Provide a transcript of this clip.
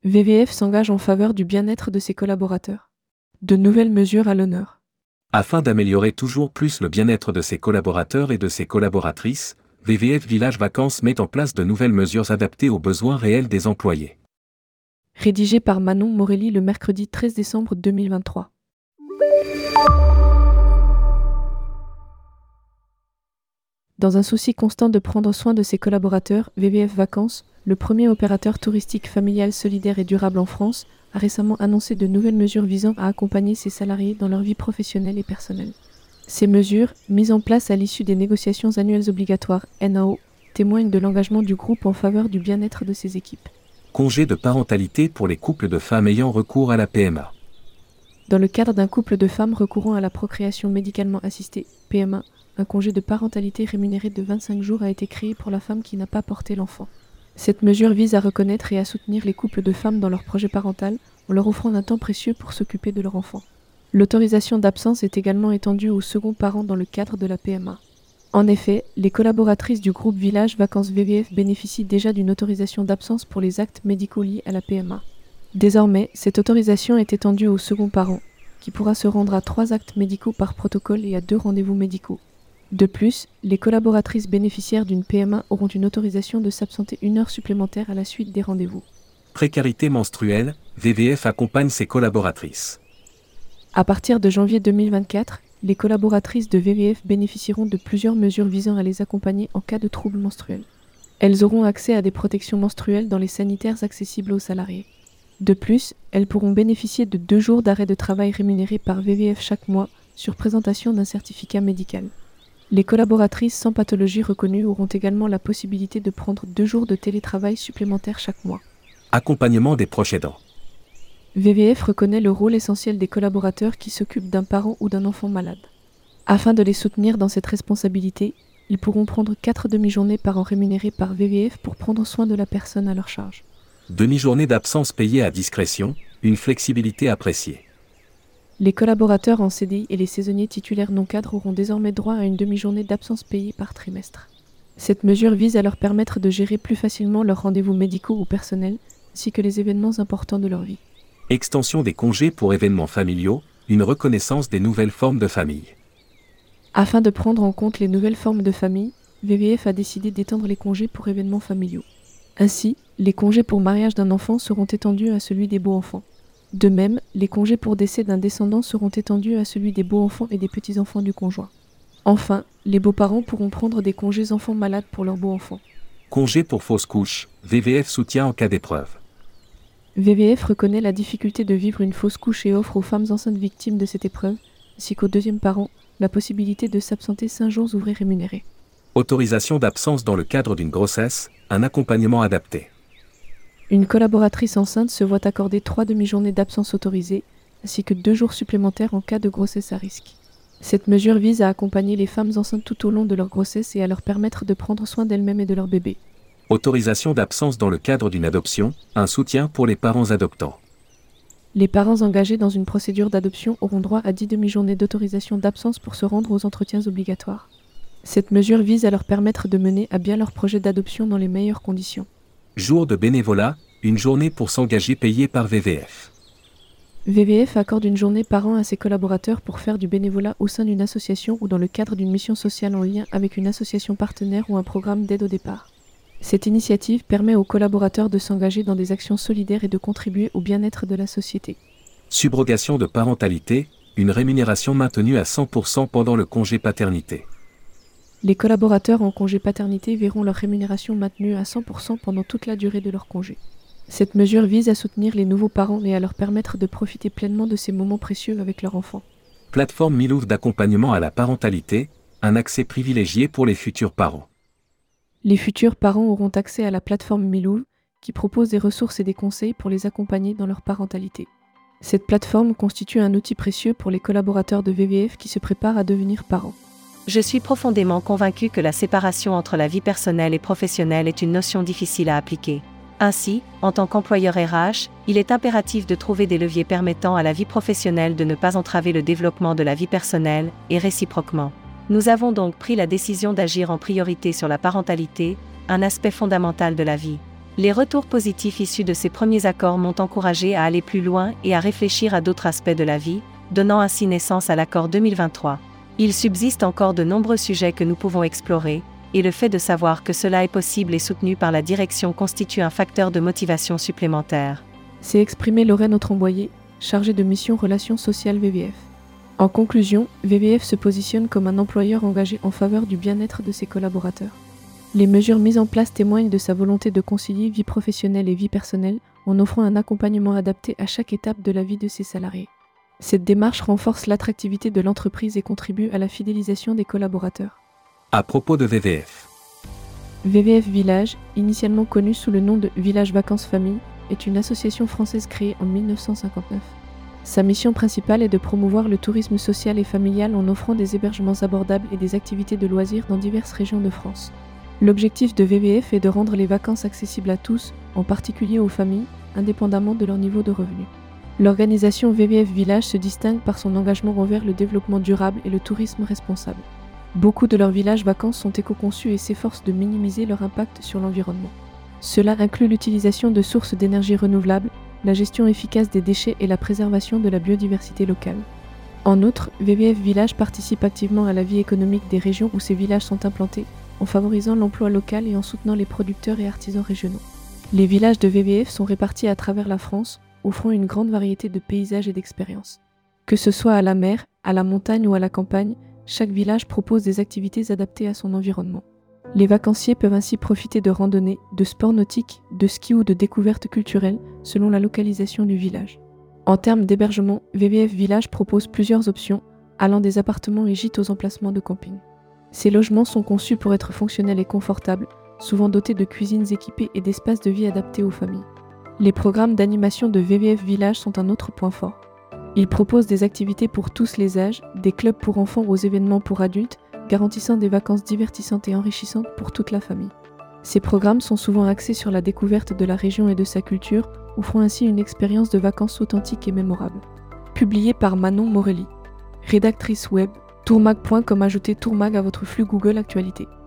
VVF s'engage en faveur du bien-être de ses collaborateurs. De nouvelles mesures à l'honneur. Afin d'améliorer toujours plus le bien-être de ses collaborateurs et de ses collaboratrices, VVF Village Vacances met en place de nouvelles mesures adaptées aux besoins réels des employés. Rédigé par Manon Morelli le mercredi 13 décembre 2023. Dans un souci constant de prendre soin de ses collaborateurs, VVF Vacances, le premier opérateur touristique familial solidaire et durable en France, a récemment annoncé de nouvelles mesures visant à accompagner ses salariés dans leur vie professionnelle et personnelle. Ces mesures, mises en place à l'issue des négociations annuelles obligatoires NAO, témoignent de l'engagement du groupe en faveur du bien-être de ses équipes. Congé de parentalité pour les couples de femmes ayant recours à la PMA. Dans le cadre d'un couple de femmes recourant à la procréation médicalement assistée, PMA, un congé de parentalité rémunéré de 25 jours a été créé pour la femme qui n'a pas porté l'enfant. Cette mesure vise à reconnaître et à soutenir les couples de femmes dans leur projet parental en leur offrant un temps précieux pour s'occuper de leur enfant. L'autorisation d'absence est également étendue aux seconds parents dans le cadre de la PMA. En effet, les collaboratrices du groupe Village Vacances VVF bénéficient déjà d'une autorisation d'absence pour les actes médicaux liés à la PMA. Désormais, cette autorisation est étendue aux seconds parents, qui pourra se rendre à 3 actes médicaux par protocole et à 2 rendez-vous médicaux. De plus, les collaboratrices bénéficiaires d'une PMA auront une autorisation de s'absenter 1 heure supplémentaire à la suite des rendez-vous. Précarité menstruelle, VVF accompagne ses collaboratrices. À partir de janvier 2024, les collaboratrices de VVF bénéficieront de plusieurs mesures visant à les accompagner en cas de troubles menstruels. Elles auront accès à des protections menstruelles dans les sanitaires accessibles aux salariés. De plus, elles pourront bénéficier de 2 jours d'arrêt de travail rémunérés par VVF chaque mois sur présentation d'un certificat médical. Les collaboratrices sans pathologie reconnue auront également la possibilité de prendre 2 jours de télétravail supplémentaires chaque mois. Accompagnement des proches aidants. VVF reconnaît le rôle essentiel des collaborateurs qui s'occupent d'un parent ou d'un enfant malade. Afin de les soutenir dans cette responsabilité, ils pourront prendre 4 demi-journées par an rémunérées par VVF pour prendre soin de la personne à leur charge. Demi-journée d'absence payée à discrétion, une flexibilité appréciée. Les collaborateurs en CDI et les saisonniers titulaires non-cadres auront désormais droit à une demi-journée d'absence payée par trimestre. Cette mesure vise à leur permettre de gérer plus facilement leurs rendez-vous médicaux ou personnels, ainsi que les événements importants de leur vie. Extension des congés pour événements familiaux, une reconnaissance des nouvelles formes de famille. Afin de prendre en compte les nouvelles formes de famille, VVF a décidé d'étendre les congés pour événements familiaux. Ainsi, les congés pour mariage d'un enfant seront étendus à celui des beaux-enfants. De même, les congés pour décès d'un descendant seront étendus à celui des beaux-enfants et des petits-enfants du conjoint. Enfin, les beaux-parents pourront prendre des congés enfants malades pour leurs beaux-enfants. Congé pour fausse couche, VVF soutient en cas d'épreuve. VVF reconnaît la difficulté de vivre une fausse couche et offre aux femmes enceintes victimes de cette épreuve, ainsi qu'aux deuxièmes parents, la possibilité de s'absenter 5 jours ouvrés rémunérés. Autorisation d'absence dans le cadre d'une grossesse, un accompagnement adapté. Une collaboratrice enceinte se voit accorder 3 demi-journées d'absence autorisées, ainsi que 2 jours supplémentaires en cas de grossesse à risque. Cette mesure vise à accompagner les femmes enceintes tout au long de leur grossesse et à leur permettre de prendre soin d'elles-mêmes et de leur bébé. Autorisation d'absence dans le cadre d'une adoption, un soutien pour les parents adoptants. Les parents engagés dans une procédure d'adoption auront droit à 10 demi-journées d'autorisation d'absence pour se rendre aux entretiens obligatoires. Cette mesure vise à leur permettre de mener à bien leur projet d'adoption dans les meilleures conditions. Jour de bénévolat, une journée pour s'engager payée par VVF. VVF accorde une journée par an à ses collaborateurs pour faire du bénévolat au sein d'une association ou dans le cadre d'une mission sociale en lien avec une association partenaire ou un programme d'aide au départ. Cette initiative permet aux collaborateurs de s'engager dans des actions solidaires et de contribuer au bien-être de la société. Subrogation de parentalité, une rémunération maintenue à 100% pendant le congé paternité. Les collaborateurs en congé paternité verront leur rémunération maintenue à 100% pendant toute la durée de leur congé. Cette mesure vise à soutenir les nouveaux parents et à leur permettre de profiter pleinement de ces moments précieux avec leur enfant. Plateforme Milou d'accompagnement à la parentalité, un accès privilégié pour les futurs parents. Les futurs parents auront accès à la plateforme Milou, qui propose des ressources et des conseils pour les accompagner dans leur parentalité. Cette plateforme constitue un outil précieux pour les collaborateurs de VVF qui se préparent à devenir parents. Je suis profondément convaincu que la séparation entre la vie personnelle et professionnelle est une notion difficile à appliquer. Ainsi, en tant qu'employeur RH, il est impératif de trouver des leviers permettant à la vie professionnelle de ne pas entraver le développement de la vie personnelle, et réciproquement. Nous avons donc pris la décision d'agir en priorité sur la parentalité, un aspect fondamental de la vie. Les retours positifs issus de ces premiers accords m'ont encouragé à aller plus loin et à réfléchir à d'autres aspects de la vie, donnant ainsi naissance à l'accord 2023. Il subsiste encore de nombreux sujets que nous pouvons explorer, et le fait de savoir que cela est possible et soutenu par la direction constitue un facteur de motivation supplémentaire. C'est exprimé Lorraine Autremboyer, chargée de mission Relations sociales VVF. En conclusion, VVF se positionne comme un employeur engagé en faveur du bien-être de ses collaborateurs. Les mesures mises en place témoignent de sa volonté de concilier vie professionnelle et vie personnelle en offrant un accompagnement adapté à chaque étape de la vie de ses salariés. Cette démarche renforce l'attractivité de l'entreprise et contribue à la fidélisation des collaborateurs. À propos de VVF. VVF Village, initialement connu sous le nom de Village Vacances Famille, est une association française créée en 1959. Sa mission principale est de promouvoir le tourisme social et familial en offrant des hébergements abordables et des activités de loisirs dans diverses régions de France. L'objectif de VVF est de rendre les vacances accessibles à tous, en particulier aux familles, indépendamment de leur niveau de revenus. L'organisation VVF Village se distingue par son engagement envers le développement durable et le tourisme responsable. Beaucoup de leurs villages vacances sont éco-conçus et s'efforcent de minimiser leur impact sur l'environnement. Cela inclut l'utilisation de sources d'énergie renouvelables, la gestion efficace des déchets et la préservation de la biodiversité locale. En outre, VVF Village participe activement à la vie économique des régions où ces villages sont implantés, en favorisant l'emploi local et en soutenant les producteurs et artisans régionaux. Les villages de VVF sont répartis à travers la France, offrant une grande variété de paysages et d'expériences. Que ce soit à la mer, à la montagne ou à la campagne, chaque village propose des activités adaptées à son environnement. Les vacanciers peuvent ainsi profiter de randonnées, de sports nautiques, de ski ou de découvertes culturelles selon la localisation du village. En termes d'hébergement, VVF Village propose plusieurs options, allant des appartements et gîtes aux emplacements de camping. Ces logements sont conçus pour être fonctionnels et confortables, souvent dotés de cuisines équipées et d'espaces de vie adaptés aux familles. Les programmes d'animation de VVF Village sont un autre point fort. Ils proposent des activités pour tous les âges, des clubs pour enfants aux événements pour adultes, garantissant des vacances divertissantes et enrichissantes pour toute la famille. Ces programmes sont souvent axés sur la découverte de la région et de sa culture, offrant ainsi une expérience de vacances authentique et mémorable. Publié par Manon Morelli. Rédactrice web, tourmag.com. Ajoutez Tourmag à votre flux Google Actualité.